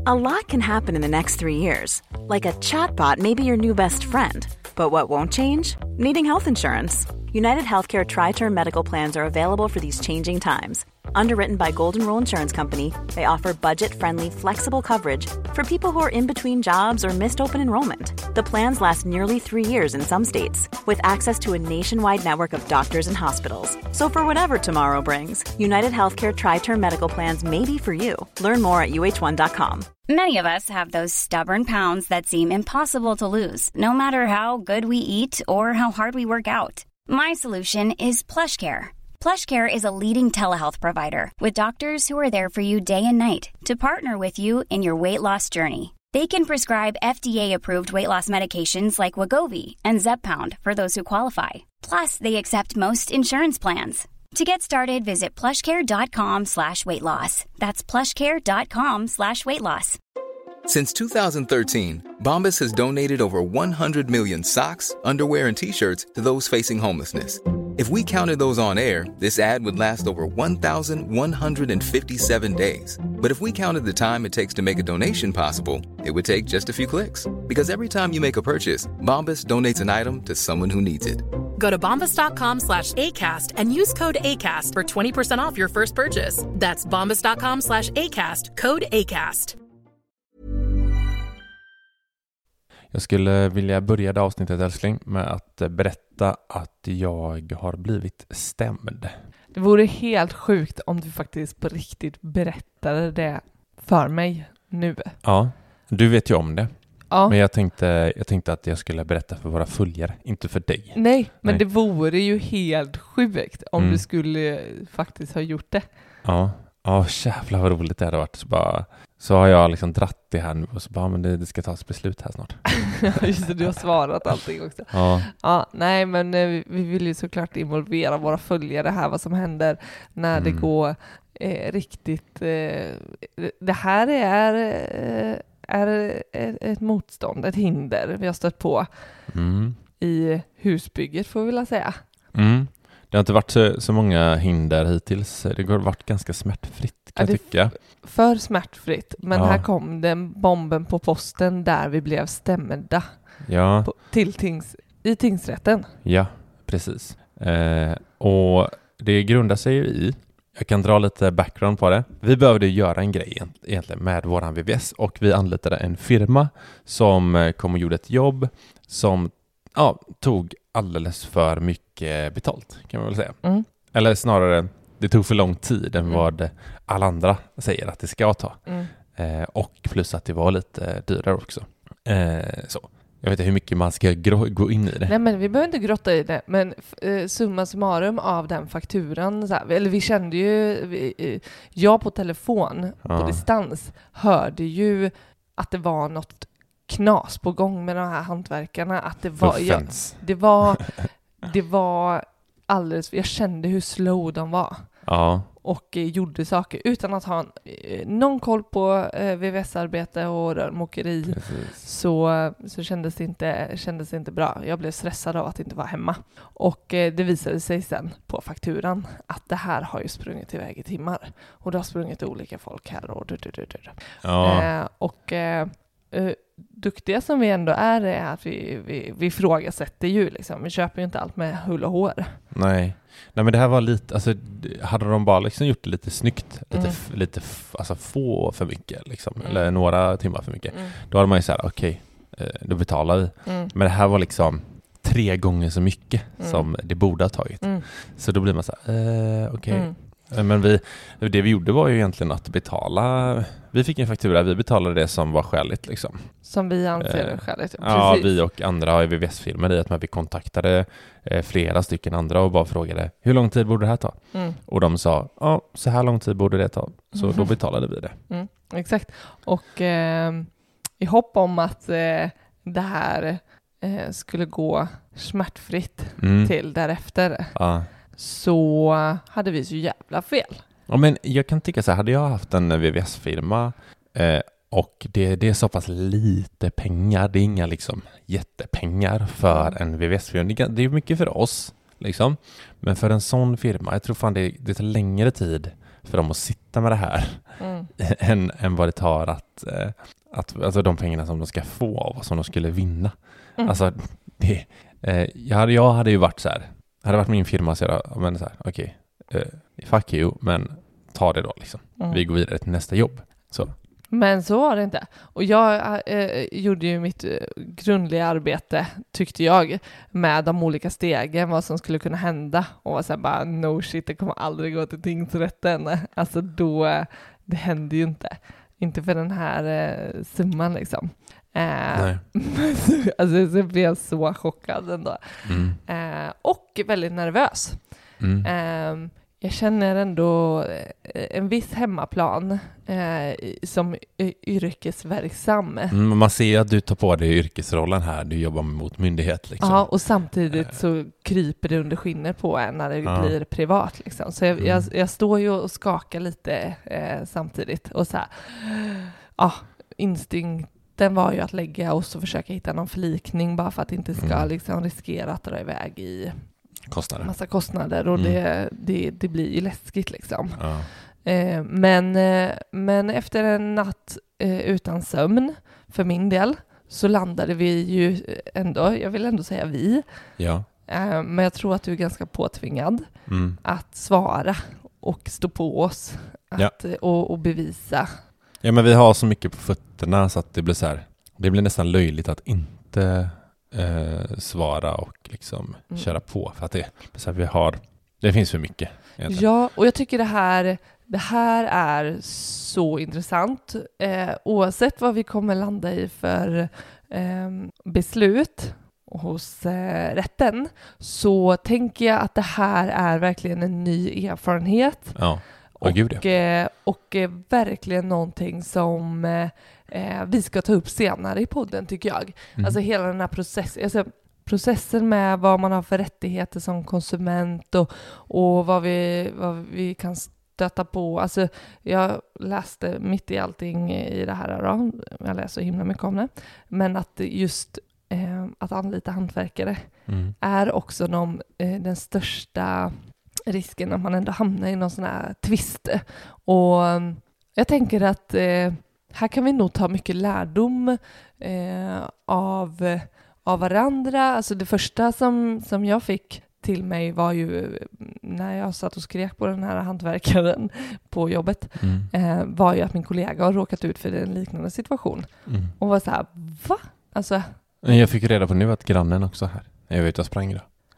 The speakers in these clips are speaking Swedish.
A lot can happen in the next 3 years. Like a chatbot may be your new best friend. But what won't change? Needing health insurance. United Healthcare Tri-Term Medical Plans are available for these changing times. Underwritten by Golden Rule Insurance Company, they offer budget-friendly, flexible coverage for people who are in between jobs or missed open enrollment. The plans last nearly 3 years in some states, with access to a nationwide network of doctors and hospitals. So for whatever tomorrow brings, United Healthcare Tri-Term Medical Plans may be for you. Learn more at uh1.com. Many of us have those stubborn pounds that seem impossible to lose, no matter how good we eat or how hard we work out. My solution is PlushCare. PlushCare is a leading telehealth provider with doctors who are there for you day and night to partner with you in your weight loss journey. They can prescribe FDA-approved weight loss medications like Wegovy and Zepbound for those who qualify. Plus, they accept most insurance plans. To get started, visit plushcare.com/weightloss. That's plushcare.com/weightloss. Since 2013, Bombas has donated over 100 million socks, underwear, and T-shirts to those facing homelessness. If we counted those on air, this ad would last over 1,157 days. But if we counted the time it takes to make a donation possible, it would take just a few clicks. Because every time you make a purchase, Bombas donates an item to someone who needs it. Go to bombas.com/ACAST and use code ACAST for 20% off your first purchase. That's bombas.com/ACAST, code ACAST. Jag skulle vilja börja det avsnittet, älskling, med att berätta att jag har blivit stämd. Det vore helt sjukt om du faktiskt på riktigt berättade det för mig nu. Ja, du vet ju om det. Ja. Men jag tänkte att jag skulle berätta för våra följare, inte för dig. Nej, men det vore ju helt sjukt om du skulle faktiskt ha gjort det. Ja, jävlar vad roligt det hade varit. Så har jag liksom dratt det här nu och så bara, men det ska tas beslut här snart. Just det, du har svarat allting också. Ja, nej, men vi vill ju såklart involvera våra följare här, vad som händer när det går riktigt. Det här är ett motstånd, ett hinder vi har stött på i husbygget, får vi vilja säga. Det har inte varit så många hinder hittills. Det har varit ganska smärtfritt, kan jag tycka. För smärtfritt. Men här kom den bomben på posten där vi blev stämda. Ja. I tingsrätten. Ja, precis. Och det grundar sig i, jag kan dra lite background på det. Vi behövde göra en grej egentligen med våran VVS. Och vi anlitade en firma som kom och gjorde ett jobb som tog alldeles för mycket betalt, kan man väl säga. Eller snarare, det tog för lång tid än vad alla andra säger att det ska ta. Och plus att det var lite dyrare också. Så. Jag vet inte hur mycket man ska gå in i det. Nej, men vi behöver inte grotta i det. Men summa summarum av den fakturan. Så här, eller vi kände ju, jag på telefon, på distans, hörde ju att det var något knas på gång med de här hantverkarna. Att det var alldeles, jag kände hur slow de var. Ja. Och gjorde saker utan att ha någon koll på VVS-arbete och rörmokeri. Så kändes det inte bra. Jag blev stressad av att inte vara hemma. Och det visade sig sen på fakturan att det här har ju sprungit iväg i timmar. Och det har sprungit olika folk här. Och duktiga som vi ändå är att vi ifrågasätter ju liksom. Vi köper ju inte allt med hull och hår. Nej, men det här var lite, alltså hade de bara liksom gjort det lite snyggt, lite alltså få för mycket liksom, eller några timmar för mycket, då hade man ju såhär, okej, då betalar vi. Men det här var liksom 3 gånger så mycket som det borde ha tagit. Så då blir man såhär, okej. Men det vi gjorde var ju egentligen att betala. Vi fick en faktura, vi betalade det som var skäligt liksom. Som vi anser skäligt. Ja, vi och andra har VVS-filmer i att vi kontaktade flera stycken andra och bara frågade hur lång tid borde det här ta? Och de sa, så här lång tid borde det ta. Så då betalade vi det. Exakt. Och i hopp om att det här skulle gå smärtfritt till därefter. Så hade vi så jävla fel. Ja, men jag kan tycka så här, hade jag haft en VVS-firma och det är så pass lite pengar, det är inga liksom jättepengar för en VVS-firma. Det är mycket för oss liksom, men för en sån firma, jag tror fan det tar längre tid för dem att sitta med det här än vad det tar att alltså de pengarna som de ska få och som de skulle vinna. Alltså jag hade ju varit så här, hade varit min firma så men så här, okej, fuck you, men ta det då liksom. Vi går vidare till nästa jobb. Så. Men så var det inte. Och jag gjorde ju mitt grundliga arbete, tyckte jag, med de olika stegen, vad som skulle kunna hända. Och var så här bara, no shit, det kommer aldrig gå till tingsrätten. Alltså då, det hände ju inte. Inte för den här summan liksom. Alltså så blev jag så chockad ändå. Och väldigt nervös. Jag känner ändå en viss hemmaplan som yrkesverksam. Man ser att du tar på dig yrkesrollen här. Du jobbar mot myndighet. Liksom. Ja, och samtidigt så kryper det under skinnet på en när det blir privat. Liksom. Så jag står ju och skakar lite samtidigt. Och så här, instinkten var ju att lägga oss och försöka hitta någon förlikning bara för att inte ska liksom riskera att dra iväg i massa kostnader och det blir ju läskigt liksom. Men efter en natt utan sömn för min del så landade vi ju ändå, jag vill ändå säga vi. Ja. Men jag tror att du är ganska påtvingad att svara och stå på oss och bevisa. Ja, men vi har så mycket på fötterna så att det blir så här, det blir nästan löjligt att inte svara och liksom köra på för att det finns för mycket egentligen. Ja, och jag tycker det här är så intressant oavsett vad vi kommer landa i för beslut hos rätten, så tänker jag att det här är verkligen en ny erfarenhet. Ja. Och verkligen någonting som vi ska ta upp senare i podden, tycker jag. Alltså hela den här processen med vad man har för rättigheter som konsument och vad vi kan stöta på. Alltså jag läste mitt i allting i det här då. Jag läser så himla mycket om det. Men att just att anlita hantverkare är också den största risken att man ändå hamnar i någon sån här tvist. Och jag tänker att här kan vi nog ta mycket lärdom av varandra. Alltså det första som jag fick till mig var ju när jag satt och skrek på den här hantverkaren på jobbet var ju att min kollega har råkat ut för en liknande situation. Och var så här, va? Alltså, jag fick reda på nu att grannen också här. Jag vet, jag sprang då.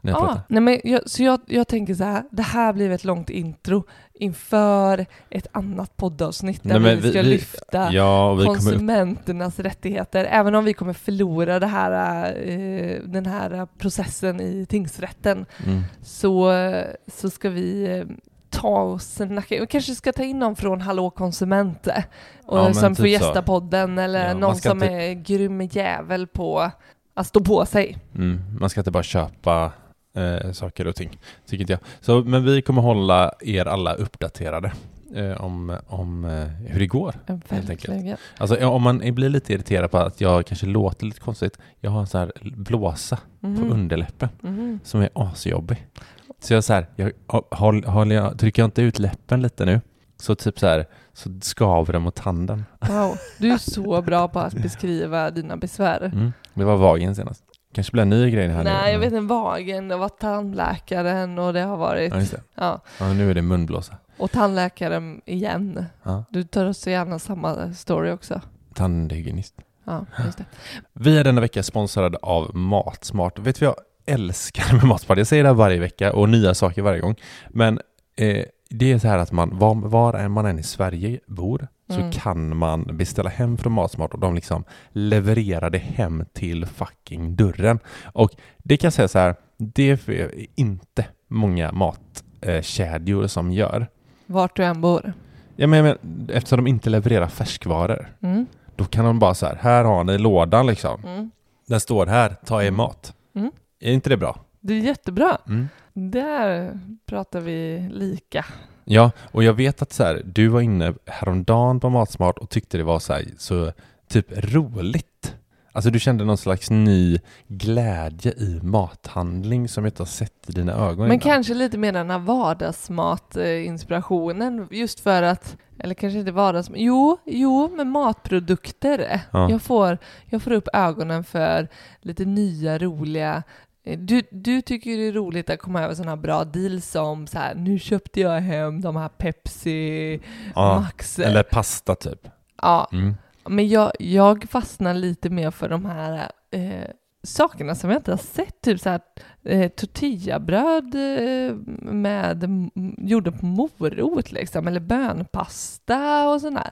Jag tänker så här, det här blir ett långt intro inför ett annat poddavsnitt där vi ska lyfta konsumenternas rättigheter. Även om vi kommer förlora den här processen i tingsrätten så ska vi ta och snacka. Vi kanske ska ta in någon från Hallå konsument och som får gästa podden eller någon som är grym jävel på att stå på sig. Man ska inte bara köpa saker och ting, tycker inte jag. Så, men vi kommer hålla er alla uppdaterade om hur det går. Helt enkelt. Alltså, om man blir lite irriterad på att jag kanske låter lite konstigt, jag har en så här blåsa på underläppen som är asjobbig. Så jag så här, trycker jag inte ut läppen lite nu, så typ så här, så skaver det mot tanden. Wow, du är så bra på att beskriva dina besvär. Det var vagen senast. Kanske blir en ny grej här. Nej, jag vet en vagen. Det var tandläkaren och det har varit... Ja, just det. Ja, nu är det munblåsa. Och tandläkaren igen. Ja. Du tar så gärna samma story också. Tandhygienist. Ja, just det. Vi är denna vecka sponsrade av Matsmart. Vet vi, jag älskar med Matsmart. Jag säger det varje vecka och nya saker varje gång. Men det är så här att var man än i Sverige bor så kan man beställa hem från Matsmart och de liksom levererar det hem till fucking dörren. Och det kan jag säga så här, det är inte många matkedjor som gör. Vart du än bor. Ja, men eftersom de inte levererar färskvaror, då kan de bara så här har ni lådan liksom. Den står här, ta er mat. Är inte det bra? Det är jättebra. Där pratar vi lika. Ja, och jag vet att så här, du var inne häromdagen på Matsmart och tyckte det var så typ roligt Alltså du kände någon slags ny glädje i mathandling som jag inte har sett i dina ögon Men innan. Kanske lite mer den här vardagsmat-inspirationen. Just för att, eller kanske inte jo, med matprodukter. Ja. Jag får upp ögonen för lite nya, roliga... Du tycker det är roligt att komma över sådana bra deals som så här, nu köpte jag hem de här Pepsi Max. Eller pasta typ. Ja, men jag fastnar lite mer för de här sakerna som jag inte har sett. Typ så här tortillabröd gjorda på morot liksom, eller bönpasta och sådär.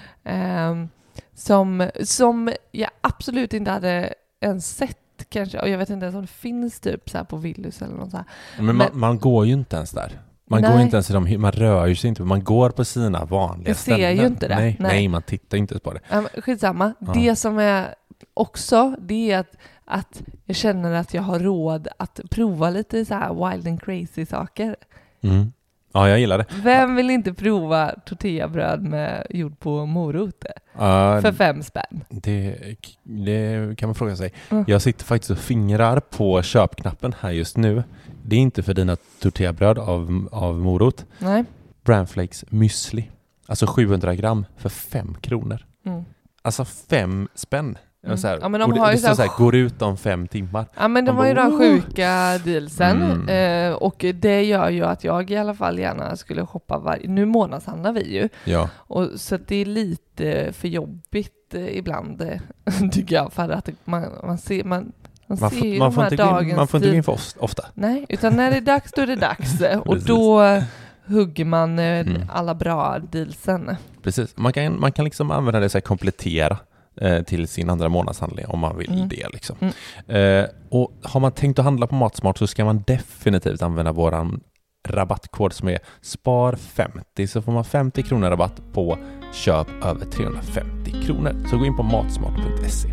Som jag absolut inte hade ens sett kanske, och jag vet inte ens om det finns typ så här på Willys eller något så här. Men man går ju inte ens där. Man går inte ens i man rör ju sig inte, man går på sina vanliga ställen. Jag ser ju inte det. Nej, man tittar inte på det. Skitsamma. Ja. Det som är också, det är att jag känner att jag har råd att prova lite så här wild and crazy saker. Mm. Ja, jag gillar det. Vem vill inte prova tortillabröd med gjord på morot för 5 spänn? Det kan man fråga sig. Jag sitter faktiskt och fingrar på köpknappen här just nu. Det är inte för dina tortillabröd av morot. Nej. Bran-Flakes müsli. Alltså 700 gram för 5 kronor. Alltså 5 spänn. Så här, men de har ju så här, går ut om 5 timmar. Ja, men de har ju de sjuka dealsen. Och det gör ju att jag i alla fall gärna skulle shoppa nu månadshandlar vi ju. Ja. Och så att det är lite för jobbigt ibland tycker jag, för att man ser man får inte gå in för ofta. Nej, utan när det är dags då är det dags. Och då hugger man alla bra dealsen. Precis. Man kan liksom använda det så här, komplettera till sin andra månadshandling om man vill det liksom. Och har man tänkt att handla på Matsmart så ska man definitivt använda våran rabattkod som är SPAR50, så får man 50 kronor rabatt på köp över 350 kronor. Så gå in på matsmart.se.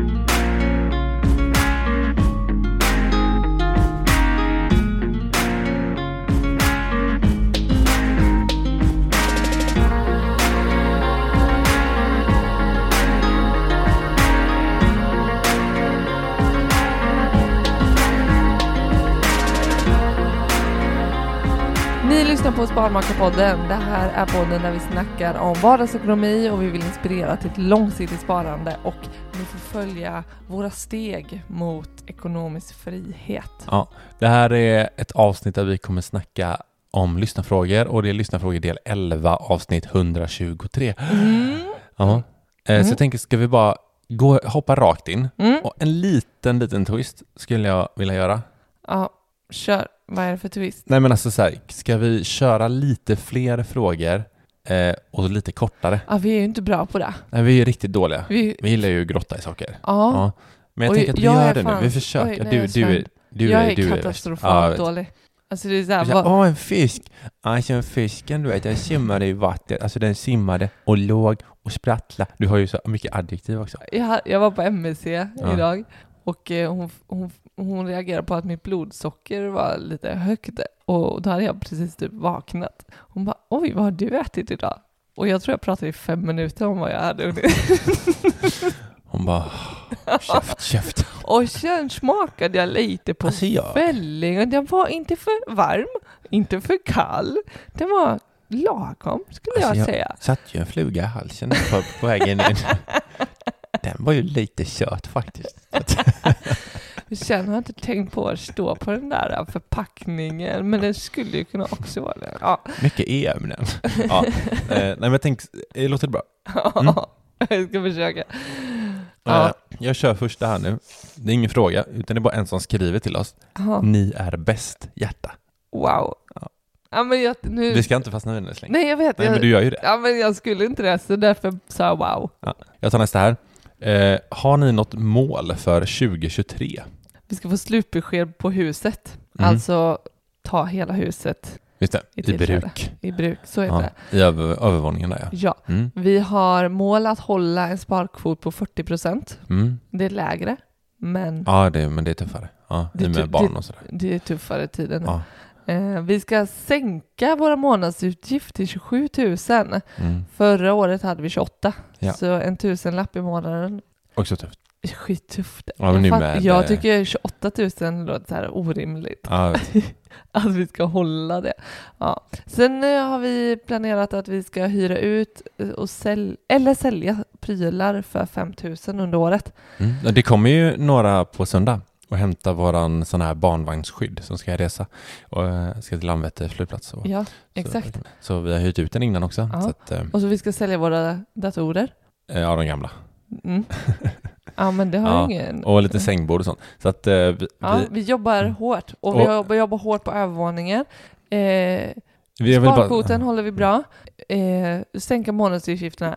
Ni lyssnar på Sparmakarpodden. Det här är podden där vi snackar om vardagsekonomi och vi vill inspirera till ett långsiktigt sparande, och ni får följa våra steg mot ekonomisk frihet. Ja, det här är ett avsnitt där vi kommer snacka om lyssnarfrågor, och det är lyssnarfrågor del 11 avsnitt 123. Ja. Så jag tänker, ska vi bara hoppa rakt in, och en liten twist skulle jag vilja göra. Ja, kör. Vad är det för twist? Nej, men alltså så här, ska vi köra lite fler frågor och lite kortare? Ja, vi är ju inte bra på det. Nej, vi är riktigt dåliga. Vi gillar ju att grotta i saker. Ja. Men jag tänker att vi gör det nu. Vi försöker. Jag är katastrofalt dålig. Alltså det är så här, en fisk. Alltså fisken, du vet, den simmade i vattnet. Alltså den simmade och låg och sprattlade. Du har ju så mycket adjektiv också. Jag var på MSC idag. Och hon reagerade på att mitt blodsocker var lite högt. Och då hade jag precis typ vaknat. Hon bara, oj, vad har du ätit idag? Och jag tror jag pratade i 5 minuter om vad jag hade. Hon bara, käft. Och sen smakade jag lite på fällingen. Den var inte för varm, inte för kall. Den var lagom, skulle jag säga. Jag satt ju en fluga i halsen på vägen in. Den var ju lite kört faktiskt. Jag har inte tänkt på att stå på den där förpackningen, men den skulle ju kunna också vara det. Ja. Mycket e-ämnen. Ja. Nej, men jag tänkte, låter det bra? Jag ska försöka. Jag kör första här nu. Det är ingen fråga, utan det är bara en som skriver till oss. Ni är bäst, hjärta. Wow. Ja, men Vi ska inte fastna vid det längre. Nej, jag vet. Nej, men du gör ju det. Ja, men jag skulle inte det, så därför sa jag wow. Ja. Jag tar nästa här. Har ni något mål för 2023? Vi ska få slutbesked på huset. Alltså ta hela huset. Just det, i bruk. I bruk, så heter det. I övervåningen där, ja. Vi har mål att hålla en sparkvot på 40%. Det är lägre, men... Ja, men det är tuffare. Ja, det är med barn och sådär. Det är tuffare tiden nu. Ja. Vi ska sänka våra månadsutgift till 27 000. Förra året hade vi 28. Ja. Så en 1000-lapp i månaden. Också tufft. Skittufft. Ja, jag tycker 28 000 låter så här orimligt. Ja. Att vi ska hålla det. Ja. Sen har vi planerat att vi ska hyra ut och sälja prylar för 5 000 under året. Det kommer ju några på söndag och hämta våran sån här barnvagnsskydd som ska resa och ska till Landvetter flygplats. Ja, exakt. Så vi har hyrt ut den innan också. Ja. Så att, och så vi ska sälja våra datorer. Ja, de gamla. Ja, men det har ingen... Och lite sängbord och sånt. Så att, vi jobbar hårt. Och vi jobbar hårt på övervåningen. Sparkvoten håller vi bra. Sänka månadsutgifterna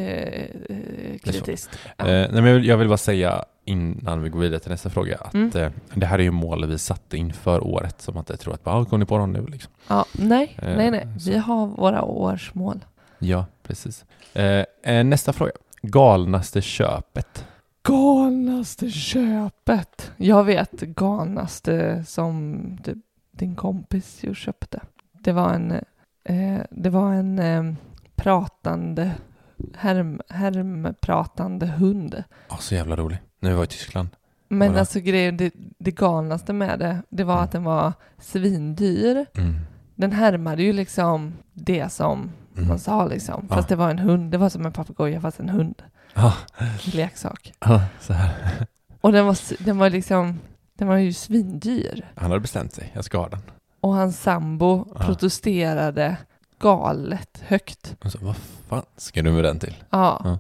kritiskt. Men jag vill bara säga innan vi går vidare till nästa fråga att det här är ju mål vi satte inför året, som att jag tror att går ni på dem nu liksom. Ja, nej. Vi har våra årsmål. Ja, precis. Nästa fråga. Galnaste köpet. Galnaste köpet. Jag vet galnaste som din kompis ju köpte. Det var en pratande härmpratande hund. Så jävla rolig. Nu var jag i Tyskland. Men alltså grejen, det galnaste med det var att den var svindyr. Den härmade ju liksom det som man sa liksom. Fast det var en hund. Det var som en papegoja fast en hund. Leksak. Så här. Och den var ju svindyr. Han hade bestämt sig. Jag ska ha den. Och hans sambo protesterade galet högt. Och så, vad fan ska du med den till? Ja.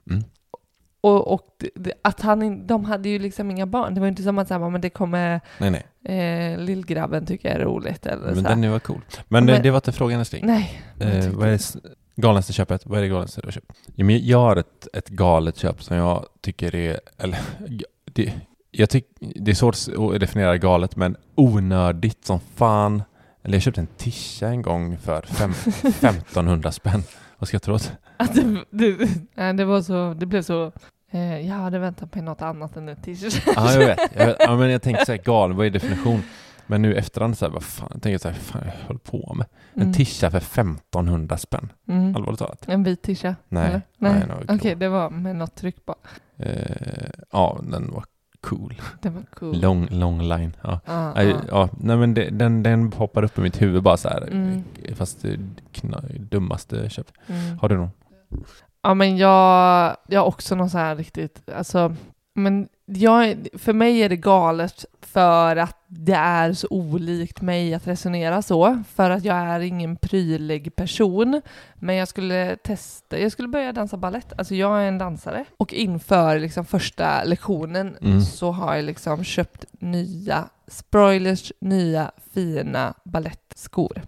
Och att de hade ju liksom inga barn. Det var inte som att säga, men det kommer lillgrabben tycker jag är roligt. Eller men så. Den var cool. Men det var inte frågan ensling. Nej. Vad är det galnaste köpet? Vad är det galnaste du har köpt? Jag har ett galet köp som jag tycker är... Eller, det är svårt att definiera galet, men onödigt som fan. Eller jag köpte en tisha en gång för 1500 spänn. Vad ska jag tro åt? Det blev så... Jag hade väntat på något annat än en t-shirt. Ja, jag vet. Ja, men jag tänkte så här, galen, vad är definition? Men nu efterhand så här, vad fan, jag tänker så här, fan jag håller på med. En tisha för 1500 spänn. Allvarligt talat. En vit tisha? Nej. Okej, det var med något tryck på. Ja, den var cool. Den var cool. Long line. Ja. Nej, men den hoppar upp i mitt huvud bara så här. Fast det dummaste köp. Har du någon? Ja, men jag har också någon så här riktigt, alltså, men för mig är det galet för att det är så olikt mig att resonera så, för att jag är ingen prylig person, men jag skulle börja dansa ballett. Alltså jag är en dansare och inför liksom första lektionen så har jag liksom köpt nya Sproilers nya fina ballettskor.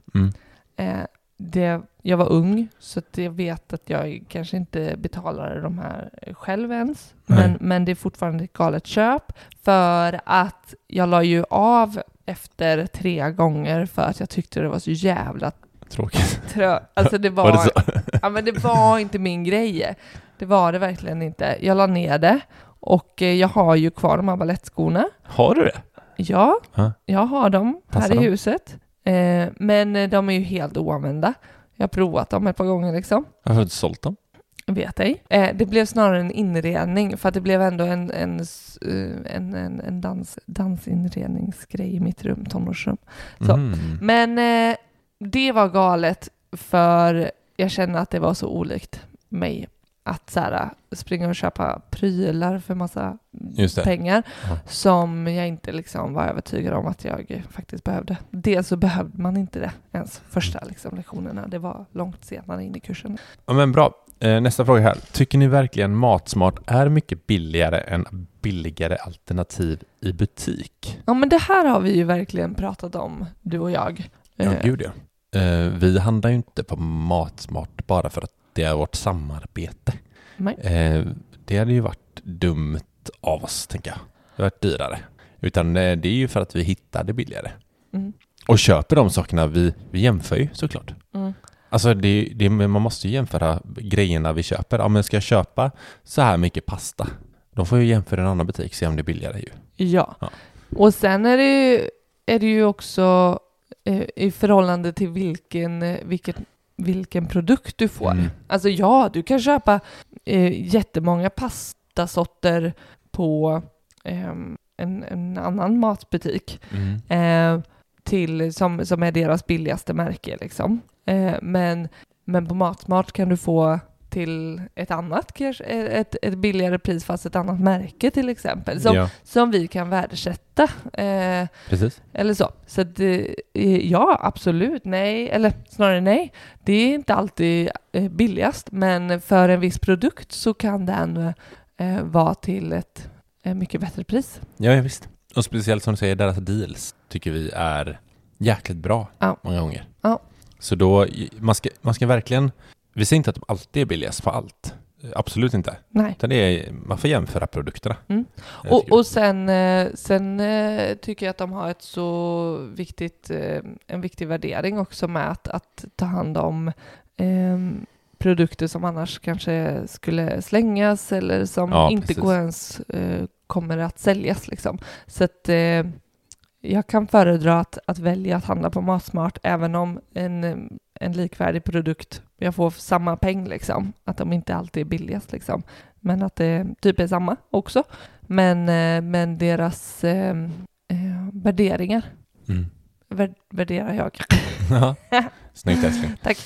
Jag var ung så att jag vet att jag kanske inte betalar de här själv ens. Men det är fortfarande ett galet köp för att jag la ju av efter 3 gånger för att jag tyckte det var så jävla tråkigt. Alltså det var det så? Ja, men det var inte min grej. Det var det verkligen inte. Jag la ner det och jag har ju kvar de här ballettskorna. Har du det? Ja, jag har dem Passar här de? I huset. Men de är ju helt oanvända. Jag har provat dem ett par gånger liksom. Varför har du sålt dem? Vet ej. Det blev snarare en inredning för att det blev ändå en dansinredningsgrej i mitt rum, tonårsrum. Så. Men det var galet för jag kände att det var så olikt mig att så här, springa och köpa prylar för massa pengar som jag inte liksom var övertygad om att jag faktiskt behövde. Dels så behövde man inte det ens första liksom, lektionerna. Det var långt senare in i kursen. Ja, men bra. Nästa fråga här. Tycker ni verkligen Matsmart är mycket billigare än billigare alternativ i butik? Ja, men det här har vi ju verkligen pratat om, du och jag. Ja, gud ja. Vi handlar ju inte på Matsmart bara för att det är vårt samarbete. Det hade ju varit dumt av oss, tänker jag. Det har varit dyrare. Utan det är ju för att vi hittar det billigare. Och köper de sakerna vi jämför ju såklart. Alltså man måste ju jämföra grejerna vi köper. Ja, men ska jag köpa så här mycket pasta? De får ju jämföra en annan butik, se om det är billigare ju. Ja. Och sen är det ju också i förhållande till vilken produkt du får. Alltså du kan köpa jättemånga pastasorter på en annan matbutik till som är deras billigaste märke liksom. Men på Matsmart kan du få till ett annat, kanske ett billigare pris fast ett annat märke till exempel, som vi kan värdesätta. Precis. Eller så. Så att, ja, absolut, nej, eller snarare nej. Det är inte alltid billigast, men för en viss produkt så kan den vara till ett mycket bättre pris. Ja, visst. Och speciellt som du säger, deras deals tycker vi är jäkligt bra många gånger. Ja. Så då, man ska verkligen, vi säger inte att de alltid är billigast på allt. Absolut inte. Nej. Utan man får jämföra produkterna. Och sen tycker jag att de har ett så en viktig värdering också med att ta hand om produkter som annars kanske skulle slängas eller som inte går ens kommer att säljas liksom. Så att jag kan föredra att välja att handla på Matsmart även om en likvärdig produkt, jag får samma peng liksom, att de inte alltid är billigast liksom, men att det typ är samma också, men deras värderingar värderar jag. Ja, snyggt älskling. Tack.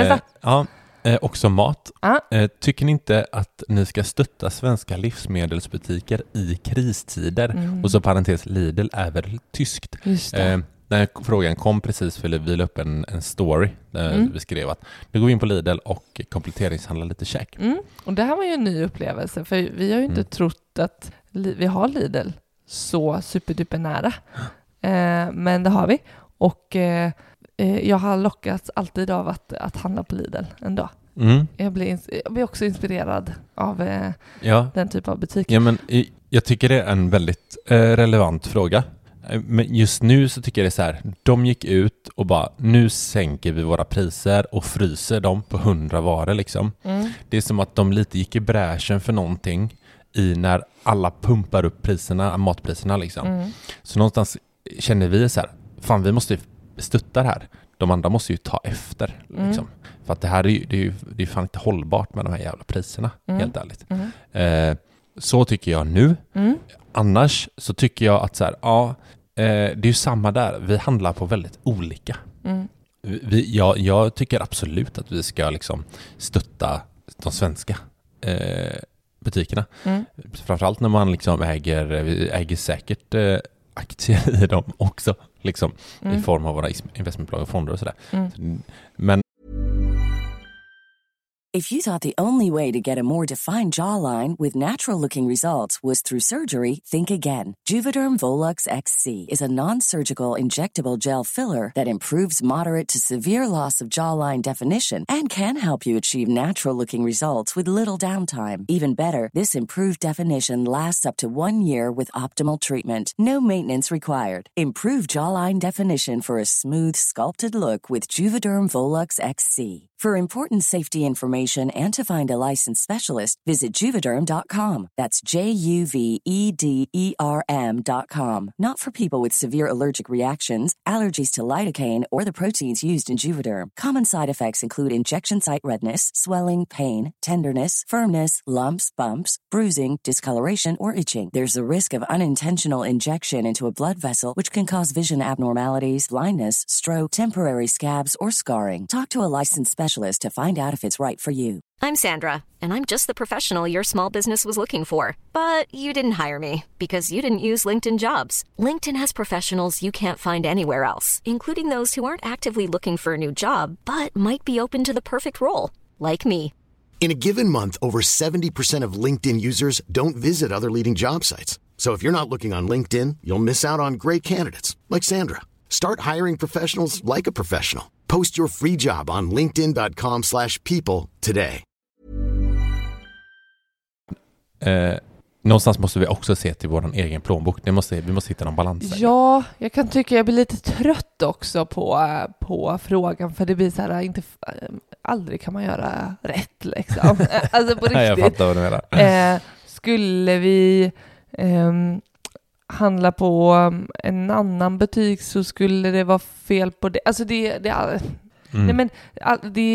Också mat. Tycker ni inte att ni ska stötta svenska livsmedelsbutiker i kristider? Och så parentes, Lidl är väl tyskt. Just det. Den frågan kom precis för vi la upp en story där vi skrev att nu går vi in på Lidl och kompletteringshandlar lite käk. Och det här var ju en ny upplevelse, för vi har ju inte trott att vi har Lidl så superduper nära. Men det har vi. Och jag har lockats alltid av att handla på Lidl en dag. Jag blir också inspirerad av den typ av butik. Ja, men jag tycker det är en väldigt relevant fråga. Men just nu så tycker jag det är så här, de gick ut och bara, nu sänker vi våra priser och fryser dem på 100 varor liksom. Det är som att de lite gick i bräschen för någonting när alla pumpar upp matpriserna liksom. Så någonstans känner vi så här, fan vi måste stötta det här. De andra måste ju ta efter liksom. För att det här är ju fan inte hållbart med de här jävla priserna, helt ärligt. Så tycker jag nu. Annars så tycker jag att så här, det är ju samma där. Vi handlar på väldigt olika. Jag tycker absolut att vi ska liksom stötta de svenska butikerna. Framförallt när man liksom äger säkert aktier i dem också. Liksom, i form av våra investmentbolag och fonder och sådär. Men if you thought the only way to get a more defined jawline with natural-looking results was through surgery, think again. Juvederm Volux XC is a non-surgical injectable gel filler that improves moderate to severe loss of jawline definition and can help you achieve natural-looking results with little downtime. Even better, this improved definition lasts up to 1 year with optimal treatment. No maintenance required. Improve jawline definition for a smooth, sculpted look with Juvederm Volux XC. For important safety information and to find a licensed specialist, visit Juvederm.com. That's JUVEDERM.com. Not for people with severe allergic reactions, allergies to lidocaine, or the proteins used in Juvederm. Common side effects include injection site redness, swelling, pain, tenderness, firmness, lumps, bumps, bruising, discoloration, or itching. There's a risk of unintentional injection into a blood vessel, which can cause vision abnormalities, blindness, stroke, temporary scabs, or scarring. Talk to a licensed specialist to find out if it's right for you. I'm Sandra, and I'm just the professional your small business was looking for. But you didn't hire me because you didn't use LinkedIn Jobs. LinkedIn has professionals you can't find anywhere else, including those who aren't actively looking for a new job, but might be open to the perfect role, like me. In a given month, over 70% of LinkedIn users don't visit other leading job sites. So if you're not looking on LinkedIn, you'll miss out on great candidates, like Sandra. Start hiring professionals like a professional. Post your free job on linkedin.com/people today. Någonstans måste vi också se till vår egen plånbok. Vi måste hitta någon balans här. Ja, jag kan tycka jag blir lite trött också på frågan, för det blir så här, aldrig kan man göra rätt liksom. Alltså på riktigt. Jag fattar vad du menar. Skulle vi handla på en annan butik så skulle det vara fel på det. Alltså nej, men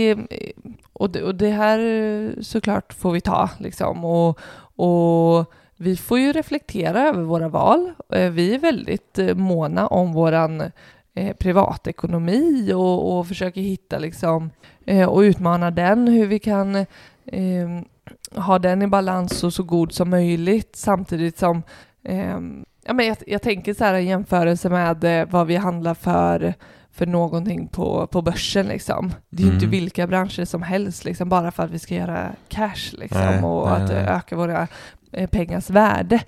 och det här såklart får vi ta liksom, och vi får ju reflektera över våra val. Vi är väldigt måna om våran privatekonomi och försöker hitta liksom, och utmana den, hur vi kan ha den i balans och så god som möjligt, samtidigt som men jag tänker så här i jämförelse med vad vi handlar för någonting på börsen liksom. Det är ju inte vilka branscher som helst liksom, bara för att vi ska göra cash liksom, att öka våra pengars värde.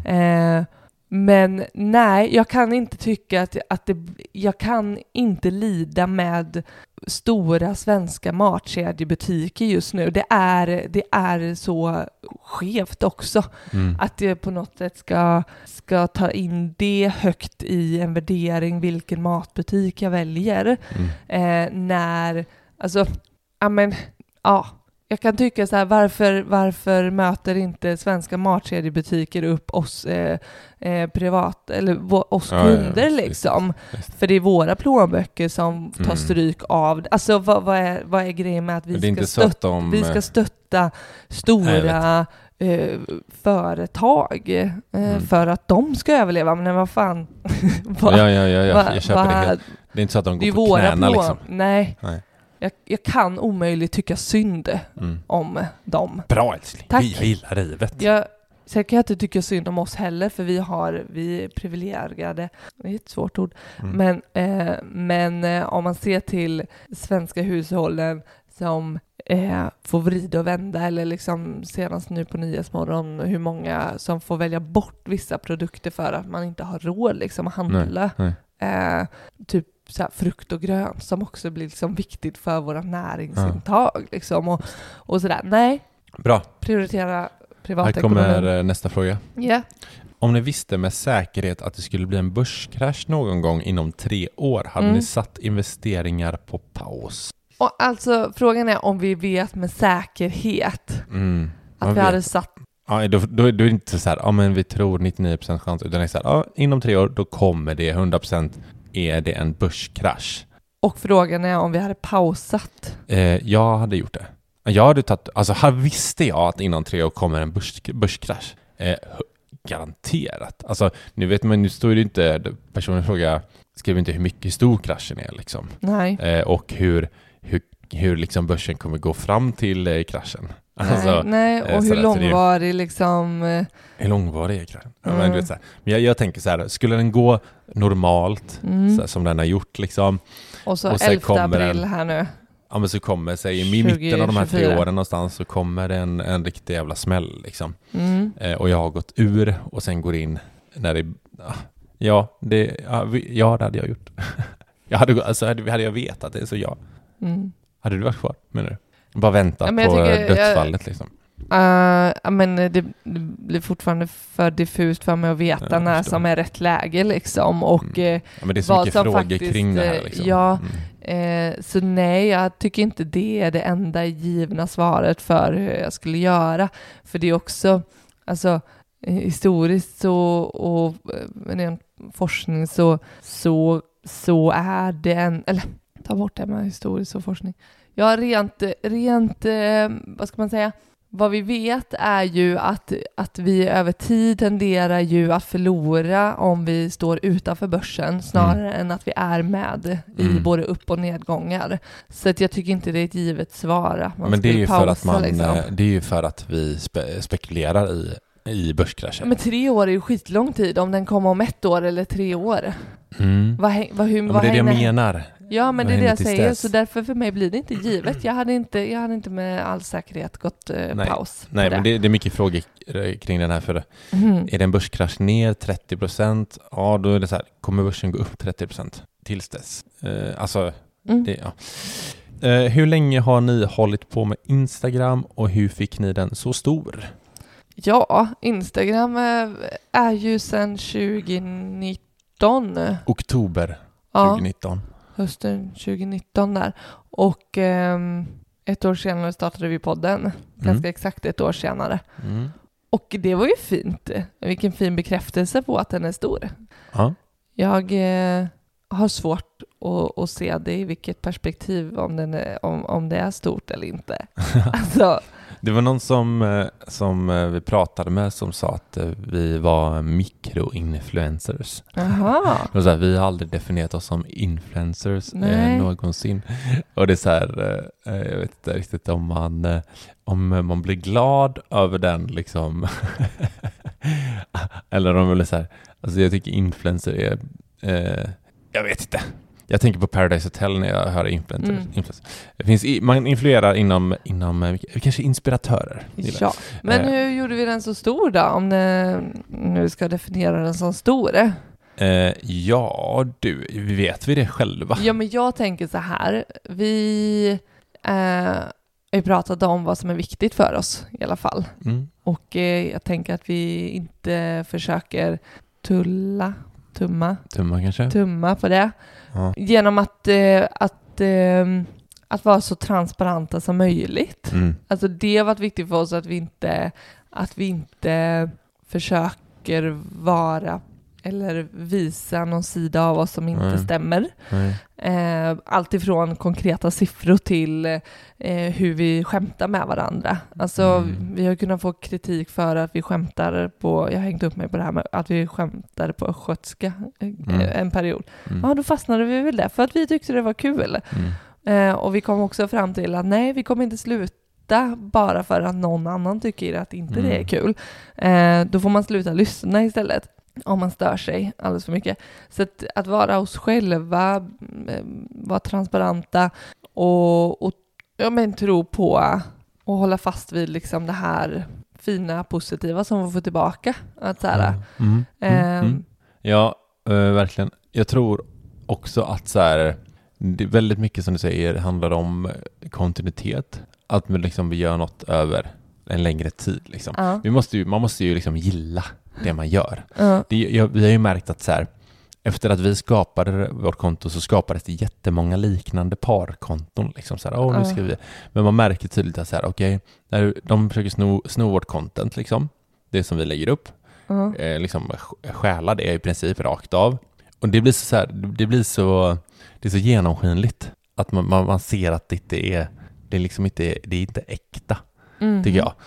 Men nej, jag kan inte tycka jag kan inte lida med stora svenska matkedjebutiker just nu. Det är så skevt också. Att det på något sätt ska ta in det högt i en värdering vilken matbutik jag väljer. Jag kan tycka så här, varför möter inte svenska matkedjebutiker upp oss privat eller oss kunder liksom? Just. För det är våra plånböcker som tar stryk av. Alltså vad är grejen med att vi ska stötta stora företag för att de ska överleva? Men vad fan? Jag köper det helt. Det är inte så att de går på knäna liksom. Nej. Jag kan omöjligt tycka synd om dem. Bra älskling. Jag gillar livet. Sen kan jag inte tycka synd om oss heller, för vi är privilegierade. Det är ett svårt ord. Men om man ser till svenska hushållen som får vrida och vända, eller liksom senast nu på Nyhetsmorgon hur många som får välja bort vissa produkter för att man inte har råd liksom att handla. Typ så här, frukt och grönt som också blir liksom viktigt för våra näringsintag liksom, och sådär. Nej. Bra. Prioritera privatekonomin. Här kommer nästa fråga. Yeah. Om ni visste med säkerhet att det skulle bli en börskrasch någon gång inom 3 år, hade ni satt investeringar på paus? Och alltså frågan är om vi vet med säkerhet att vi hade satt. Ja, då är det inte så här, men vi tror 99% chans, utan det är så här, inom 3 år då kommer det 100%. Är det en börskrasch? Och frågan är om vi hade pausat. Jag hade gjort det. Jag hade visste jag att inom 3 år kommer en börskrasch. Garanterat. Alltså, nu står det inte, personen frågar, skriver inte hur mycket stor kraschen är liksom. Nej. Och hur liksom börsen kommer gå fram till kraschen. Nej, och hur långvarig liksom. Hur långvarig är kraschen? Men, du vet, så här. Men jag tänker så här, skulle den gå normalt så här, som den har gjort liksom. Och så 11 april här nu. Ja, men så kommer sig i mitten av de här 3 åren någonstans, så kommer det en riktig jävla smäll liksom. Och jag har gått ur och sen går in när det det hade jag gjort. Hade jag vetat det, så ja. Hade du varit kvar, menar du? Bara vänta på dödsfallet liksom. Men det blir fortfarande för diffust för mig att veta när som är rätt läge liksom, och men det är så mycket frågor kring det här liksom. Så nej, jag tycker inte det är det enda givna svaret för hur jag skulle göra, för det är också alltså historiskt och forskning så är det eller ta bort det med historiskt och forskning. Ja, rent vad ska man säga? Vad vi vet är ju att vi över tid tenderar ju att förlora om vi står utanför börsen snarare än att vi är med i både upp- och nedgångar. Så att jag tycker inte det är ett givet svar. Men det är ju det är ju för att vi spekulerar i börskrascher. Men 3 år är ju skitlång tid, om den kommer om 1 år eller 3 år. Vad det är det jag menar. Ja, men det är det jag säger. Så därför för mig blir det inte givet. Jag hade inte med all säkerhet gått paus. Nej, men det är mycket frågor kring den här. För är det en börskrasch ner 30%? Ja, då är det så här. Kommer börsen gå upp 30% tills dess? Hur länge har ni hållit på med Instagram och hur fick ni den så stor? Ja, Instagram är ju sedan 2019. Oktober 2019. Hösten 2019 där. Och 1 år senare startade vi podden. Ganska exakt 1 år senare. Och det var ju fint. Vilken fin bekräftelse på att den är stor. Jag har svårt att se det i vilket perspektiv, om det är stort eller inte. Alltså, Det var någon som vi pratade med som sa att vi var mikroinfluencers. Jaha. Och så här, vi har aldrig definierat oss som influencers någonsin. Och det är så här, jag vet inte riktigt om man blir glad över den liksom. Eller om man blir så här, alltså jag tycker influencer är, jag vet inte. Jag tänker på Paradise Hotel när jag hör influencers. Det finns man influerar inom kanske inspiratörer. Ja. Men hur gjorde vi den så stor då? Om nu ska definiera den som stor? Ja, vet vi det själva? Ja, men jag tänker så här. Vi har pratat om vad som är viktigt för oss i alla fall. Och jag tänker att vi inte försöker tumma på det. Ja. Genom att vara så transparenta som möjligt. Alltså det har varit viktigt för oss att vi inte försöker vara eller visa någon sida av oss som inte stämmer. Allt ifrån konkreta siffror till hur vi skämtar med varandra. Alltså vi har kunnat få kritik för att vi skämtar på, jag har hängt upp mig på det här med att vi skämtade på östgötska en period. Ja, då fastnade vi väl där för att vi tyckte det var kul. Och vi kom också fram till att nej, vi kommer inte sluta bara för att någon annan tycker att inte det är kul. Då får man sluta lyssna istället. Om man stör sig alldeles för mycket. Så att vara oss själva, vara transparenta och tro på och hålla fast vid liksom det här fina, positiva som vi får tillbaka. Att så här, Ja, verkligen. Jag tror också att så här, det är väldigt mycket som du säger handlar om kontinuitet. Att vi gör något över en längre tid. Liksom. Man måste ju liksom gilla det man gör. Vi har ju märkt att så här, efter att vi skapade vårt konto så skapades det jättemånga liknande parkonton. Liksom så här, nu ska vi. Men man märker tydligt att så här, okej, de försöker sno vårt content, liksom. Det som vi lägger upp. Liksom stjäla det i princip rakt av. Och det blir så här, det är så genomskinligt att man ser att det är inte äkta, tycker jag.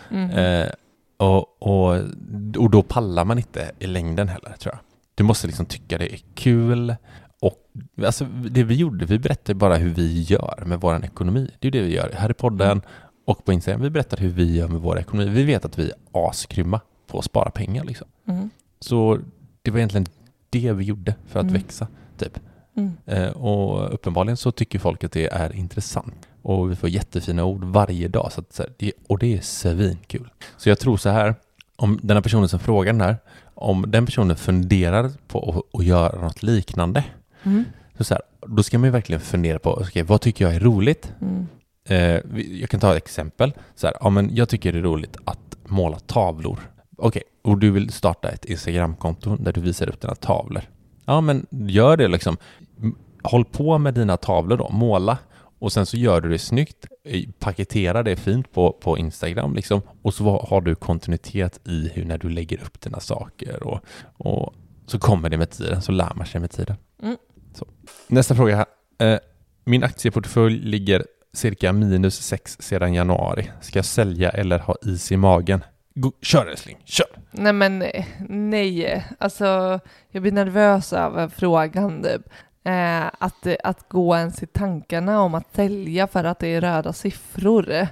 Och då pallar man inte i längden heller, tror jag. Du måste liksom tycka det är kul. Och alltså, det vi gjorde, vi berättade bara hur vi gör med vår ekonomi. Det är det vi gör här i podden och på Instagram. Vi berättar hur vi gör med vår ekonomi. Vi vet att vi är asgrymma på att spara pengar. Liksom. Så det var egentligen det vi gjorde för att växa, typ. Och uppenbarligen så tycker folk att det är intressant. Och vi får jättefina ord varje dag. Och det är svinkul. Så jag tror så här, om den här personen som frågar den här, om den personen funderar på att göra något liknande, så här, då ska man ju verkligen fundera på, vad tycker jag är roligt? Jag kan ta ett exempel. Så här, men jag tycker det är roligt att måla tavlor. Okej, och du vill starta ett Instagramkonto där du visar upp dina tavlor. Ja, men gör det liksom. Håll på med dina tavlor då, måla. Och sen så gör du det snyggt, paketerar det fint på Instagram liksom. Och så har du kontinuitet i hur när du lägger upp dina saker. Och så kommer det med tiden, så lär man sig med tiden. Så. Nästa fråga här. Min aktieportfölj ligger cirka -6 sedan januari. Ska jag sälja eller ha is i magen? Kör älskling, kör! Nej. Alltså, jag blir nervös över frågan. Att gå ens i tankarna om att sälja för att det är röda siffror.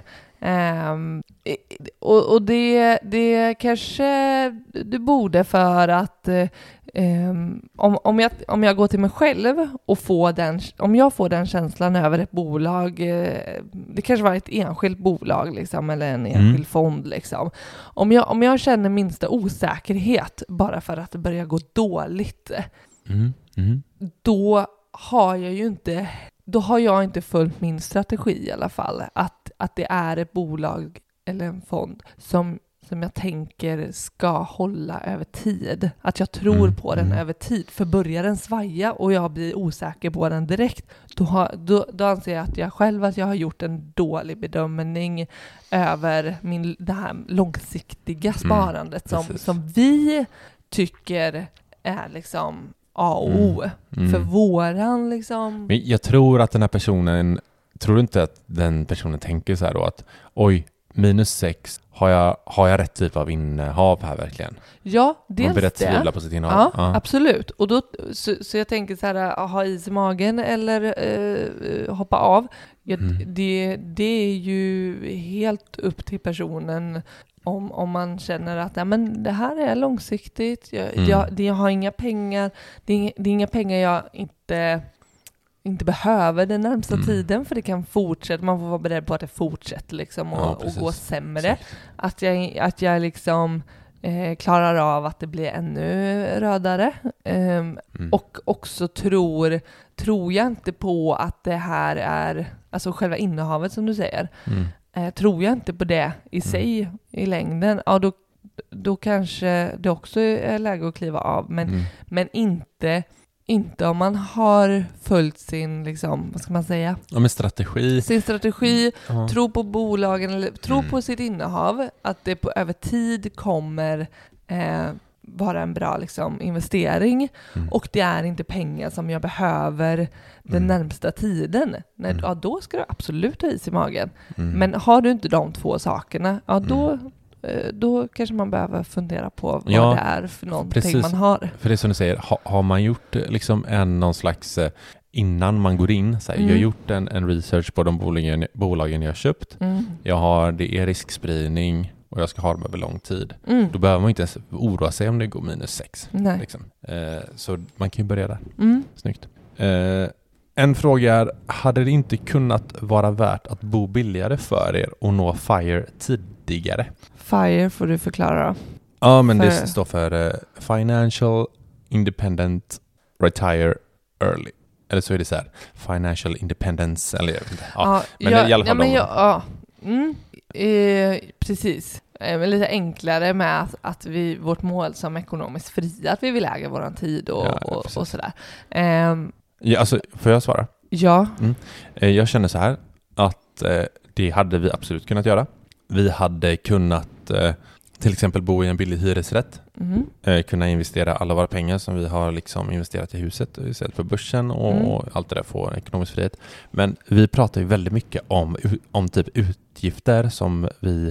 Och det kanske du borde, för att om jag går till mig själv och om jag får den känslan över ett bolag, det kanske var ett enskilt bolag liksom, eller en enskild fond liksom. Om jag känner minsta osäkerhet bara för att det börjar gå dåligt, då har jag inte följt min strategi i alla fall. Att det är ett bolag eller en fond som jag tänker ska hålla över tid. Att jag tror på den över tid. För börjar den svaja och jag blir osäker på den direkt, då anser jag att jag har gjort en dålig bedömning över det här långsiktiga sparandet som vi tycker är liksom A och O för våran liksom. Men jag tror att den här personen, tror du inte att den personen tänker så här då att oj, -6, har jag rätt typ av innehav här verkligen? Ja, dels man börjar det. Tvivla på sitt innehav. Ja, absolut. Och då, så jag tänker så här, ha is i magen eller hoppa av. Det är ju helt upp till personen om man känner att ja, men det här är långsiktigt. Jag har inga pengar. Det är inga pengar jag inte behöver den närmsta tiden, för det kan fortsätta. Man får vara beredd på att det fortsätter liksom, och gå sämre. Att jag liksom klarar av att det blir ännu rödare. Och också tror jag inte på att det här är, alltså själva innehavet som du säger, tror jag inte på det i sig i längden, ja då kanske det också är läge att kliva av, men inte om man har följt sin, liksom, vad ska man säga? Ja, men strategi. Sin strategi, tro på bolagen, eller tro på sitt innehav, att det över tid kommer vara en bra liksom, investering. Och det är inte pengar som jag behöver den närmsta tiden. Ja, då ska du absolut ha is i magen. Men har du inte de två sakerna, ja då kanske man behöver fundera på vad det är för någonting man har. För det som du säger, har man gjort liksom någon slags, innan man går in, så här, jag har gjort en research på de bolagen jag har köpt. Det är riskspridning och jag ska ha dem över lång tid. Då behöver man inte ens oroa sig om det går -6. Liksom. Så man kan ju börja där. Snyggt. En fråga är, hade det inte kunnat vara värt att bo billigare för er och nå FIRE tidigare? FIRE får du förklara då. Ja, men det står för Financial Independent Retire Early. Eller så är det så här, Financial Independence. Eller, i alla fall precis. Lite enklare med att vårt mål som ekonomiskt fria, att vi vill äga våran tid och sådär. Alltså, får jag svara? Ja. Jag känner så här att det hade vi absolut kunnat göra. Vi hade kunnat till exempel bo i en billig hyresrätt. Kunna investera alla våra pengar som vi har liksom investerat i huset och istället på börsen och allt det där, få ekonomisk frihet. Men vi pratar ju väldigt mycket om typ utgifter som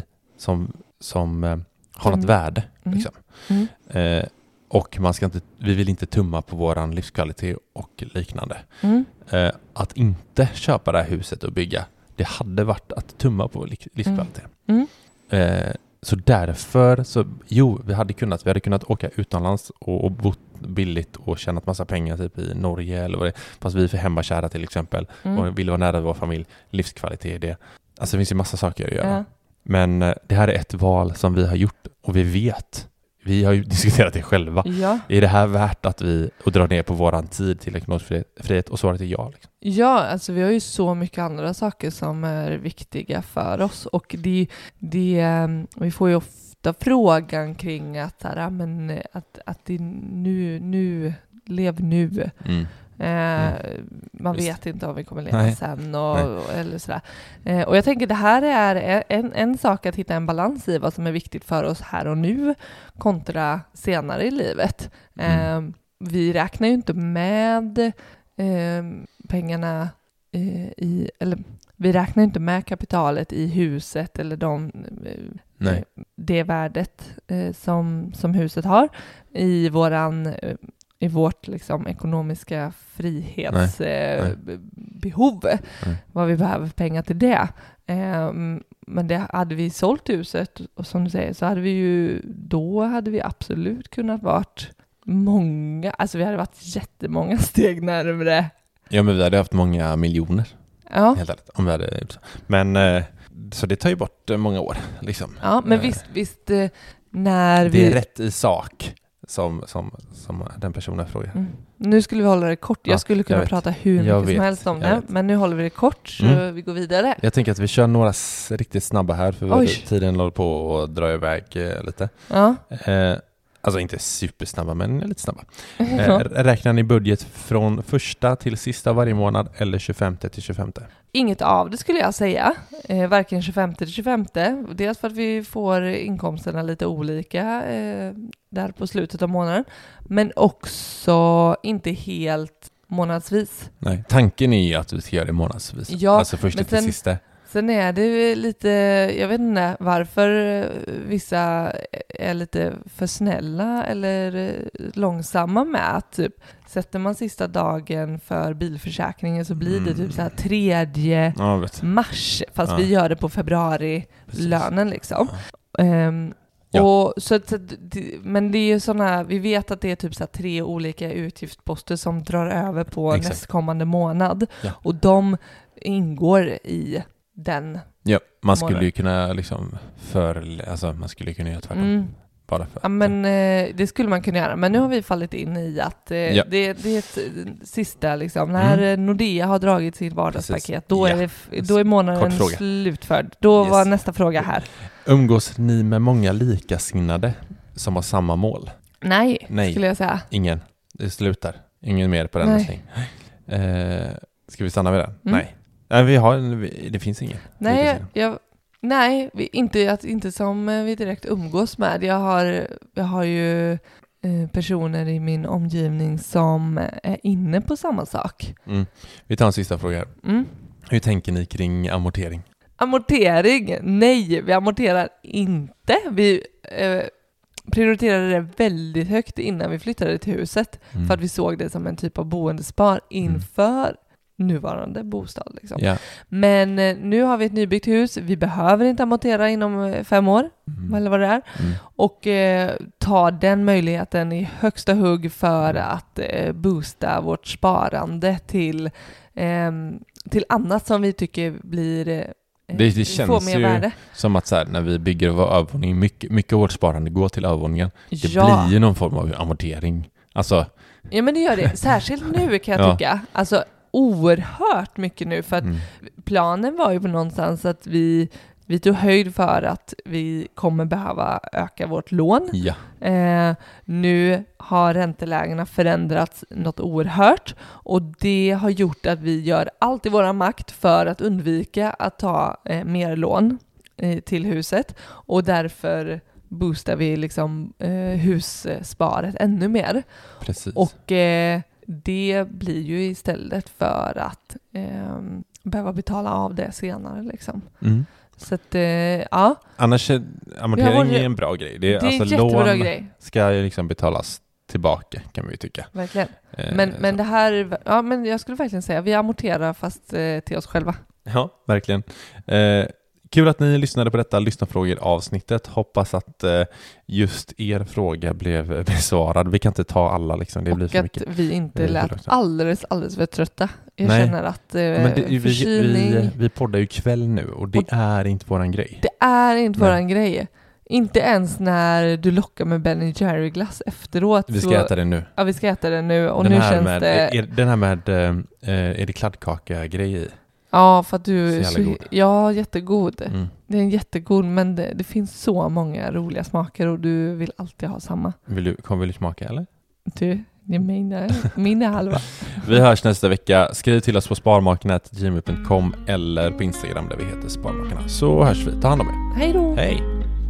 har något värde. Liksom. Och vi vill inte tumma på våran livskvalitet och liknande. Att inte köpa det här huset och bygga, det hade varit att tumma på livskvalitet. Så därför, vi hade kunnat åka utomlands och bott billigt och tjänat massa pengar typ i Norge eller vad det är. Fast vi är för hemmakära till exempel och vill vara nära vår familj. Livskvalitet är det. Alltså det finns ju massa saker att göra. Men det här är ett val som vi har gjort och vi har ju diskuterat det själva. Är det här värt att dra ner på våran tid till ekonomisk frihet? Och svaret är ja. Liksom. Ja, alltså vi har ju så mycket andra saker som är viktiga för oss. Och vi får ju ofta frågan kring att lev nu. Man vet inte om vi kommer leva sen eller sådär. Och jag tänker det här är en sak att hitta en balans i vad som är viktigt för oss här och nu kontra senare i livet. Vi räknar ju inte med pengarna vi räknar inte med kapitalet i huset eller det värdet som huset har i vårt liksom ekonomiska frihetsbehov. Vad vi behöver pengar till det. Men det hade vi sålt huset och som du säger så hade vi absolut kunnat varit många, alltså vi hade varit jättemånga steg närmare. Ja, men vi hade haft många miljoner. Ja. Helt ärligt, om vi hade. Men så det tar ju bort många år liksom. Ja, men visst när vi... Det är rätt i sak. Som den personen frågar. Nu skulle vi hålla det kort. Jag skulle kunna prata hur mycket som helst om det. Men nu håller vi det kort så vi går vidare. Jag tänker att vi kör några riktigt snabba här. För tiden håller på att dra iväg lite. Ja. Alltså inte supersnabba men lite snabba. Räknar ni budget från första till sista varje månad eller 25 till 25? Inget av det skulle jag säga. Varken 25 till 25. Dels för att vi får inkomsterna lite olika där på slutet av månaden. Men också inte helt månadsvis. Nej, tanken är ju att vi ska göra det månadsvis. Ja, alltså första till sista. Sen är det lite, jag vet inte varför vissa är lite för snälla eller långsamma med att typ, sätter man sista dagen för bilförsäkringen så blir det typ så här 3 mars, fast vi gör det på februari-lönen liksom. Och men det är ju såna, vi vet att det är typ så här 3 olika utgiftsposter som drar över på nästkommande månad. Och de ingår i den. Ja, man skulle ju kunna liksom man skulle kunna göra tvärtom. Bara för men det skulle man kunna göra. Men nu har vi fallit in i att det är ett sista liksom. När Nordea har dragit sitt vardagspaket, då är månaden slutförd. Då var nästa fråga här. Umgås ni med många likasinnade som har samma mål? Nej, skulle jag säga. Ingen. Det slutar. Ingen mer på den älskling. Ska vi stanna vid det? Nej, det finns ingen. Nej, inte som vi direkt umgås med. Jag har ju personer i min omgivning som är inne på samma sak. Vi tar en sista fråga här. Hur tänker ni kring amortering? Amortering? Nej, vi amorterar inte. Vi prioriterade det väldigt högt innan vi flyttade till huset. För att vi såg det som en typ av boendespar inför nuvarande bostad liksom. Men nu har vi ett nybyggt hus. Vi behöver inte amortera inom 5 år eller vad det är. Och ta den möjligheten i högsta hugg för att boosta vårt sparande till annat som vi tycker blir det känns ju värde. Som att så här, när vi bygger vår övervåning, mycket av vårt sparande går till övervåningen. Det blir ju någon form av amortering. Alltså. Ja, men det gör det. Särskilt nu kan jag tycka. Alltså oerhört mycket nu, för att planen var ju på någonstans att vi tog höjd för att vi kommer behöva öka vårt lån. Nu har räntelägena förändrats något oerhört, och det har gjort att vi gör allt i våra makt för att undvika att ta mer lån till huset, och därför boostar vi liksom hussparet ännu mer. Precis. Och det blir ju istället för att behöva betala av det senare liksom. Så att, annars amortering är en bra grej. Det är alltså en jättebra lån grej. Ska ju liksom betalas tillbaka, kan vi ju tycka. Verkligen. Men det här, men jag skulle verkligen säga vi amorterar fast till oss själva. Ja, verkligen. Kul att ni lyssnade på detta lyssnarfrågor-avsnittet. Hoppas att just er fråga blev besvarad. Vi kan inte ta alla liksom. Det blir så mycket. Och att vi inte lät alldeles för trötta. Jag känner att förkylning... Vi poddar ju kväll nu, och det är inte våran grej. Det är inte våran grej. Inte ens när du lockar med Ben & Jerry-glass efteråt. Vi ska äta det nu. Ja, vi ska äta det nu. Och nu känns det... Den här med... är det kladdkaka-grej i? Ja, för att du... Ja, jättegod. Det är en jättegod, men det finns så många roliga smaker, och du vill alltid ha samma. Kommer du smaka, eller? Du, det är mina halva. Vi hörs nästa vecka. Skriv till oss på sparmakarna@gmail.com eller på Instagram där vi heter Sparmakarna. Så hörs vi. Ta hand om er. Hej då. Hej.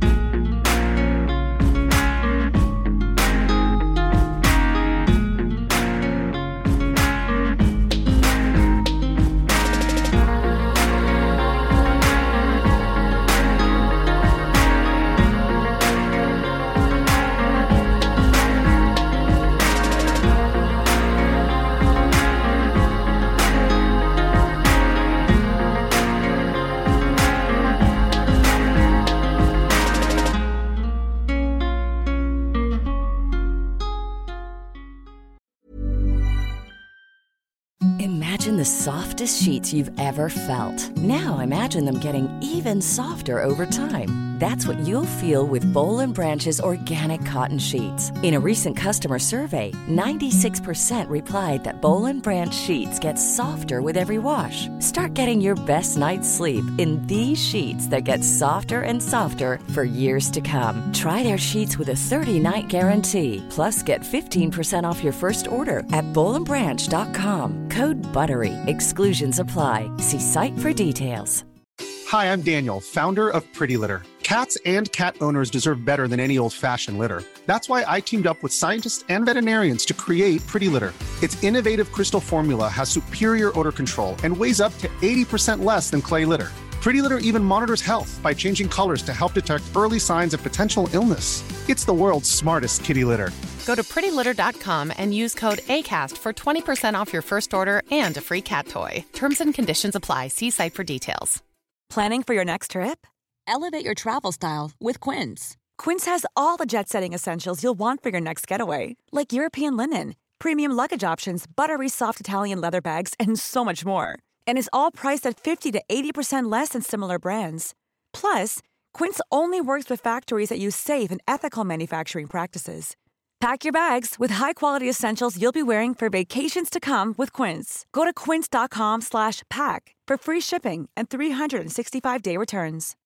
Imagine the softest sheets you've ever felt. Now imagine them getting even softer over time. That's what you'll feel with Boll & Branch's organic cotton sheets. In a recent customer survey, 96% replied that Boll & Branch sheets get softer with every wash. Start getting your best night's sleep in these sheets that get softer and softer for years to come. Try their sheets with a 30-night guarantee. Plus, get 15% off your first order at bollandbranch.com. Code BUTTERY. Exclusions apply. See site for details. Hi, I'm Daniel, founder of Pretty Litter. Cats and cat owners deserve better than any old-fashioned litter. That's why I teamed up with scientists and veterinarians to create Pretty Litter. Its innovative crystal formula has superior odor control and weighs up to 80% less than clay litter. Pretty Litter even monitors health by changing colors to help detect early signs of potential illness. It's the world's smartest kitty litter. Go to prettylitter.com and use code ACAST for 20% off your first order and a free cat toy. Terms and conditions apply. See site for details. Planning for your next trip? Elevate your travel style with Quince. Quince has all the jet-setting essentials you'll want for your next getaway, like European linen, premium luggage options, buttery soft Italian leather bags, and so much more. And is all priced at 50 to 80% less than similar brands. Plus, Quince only works with factories that use safe and ethical manufacturing practices. Pack your bags with high-quality essentials you'll be wearing for vacations to come with Quince. Go to quince.com/pack for free shipping and 365-day returns.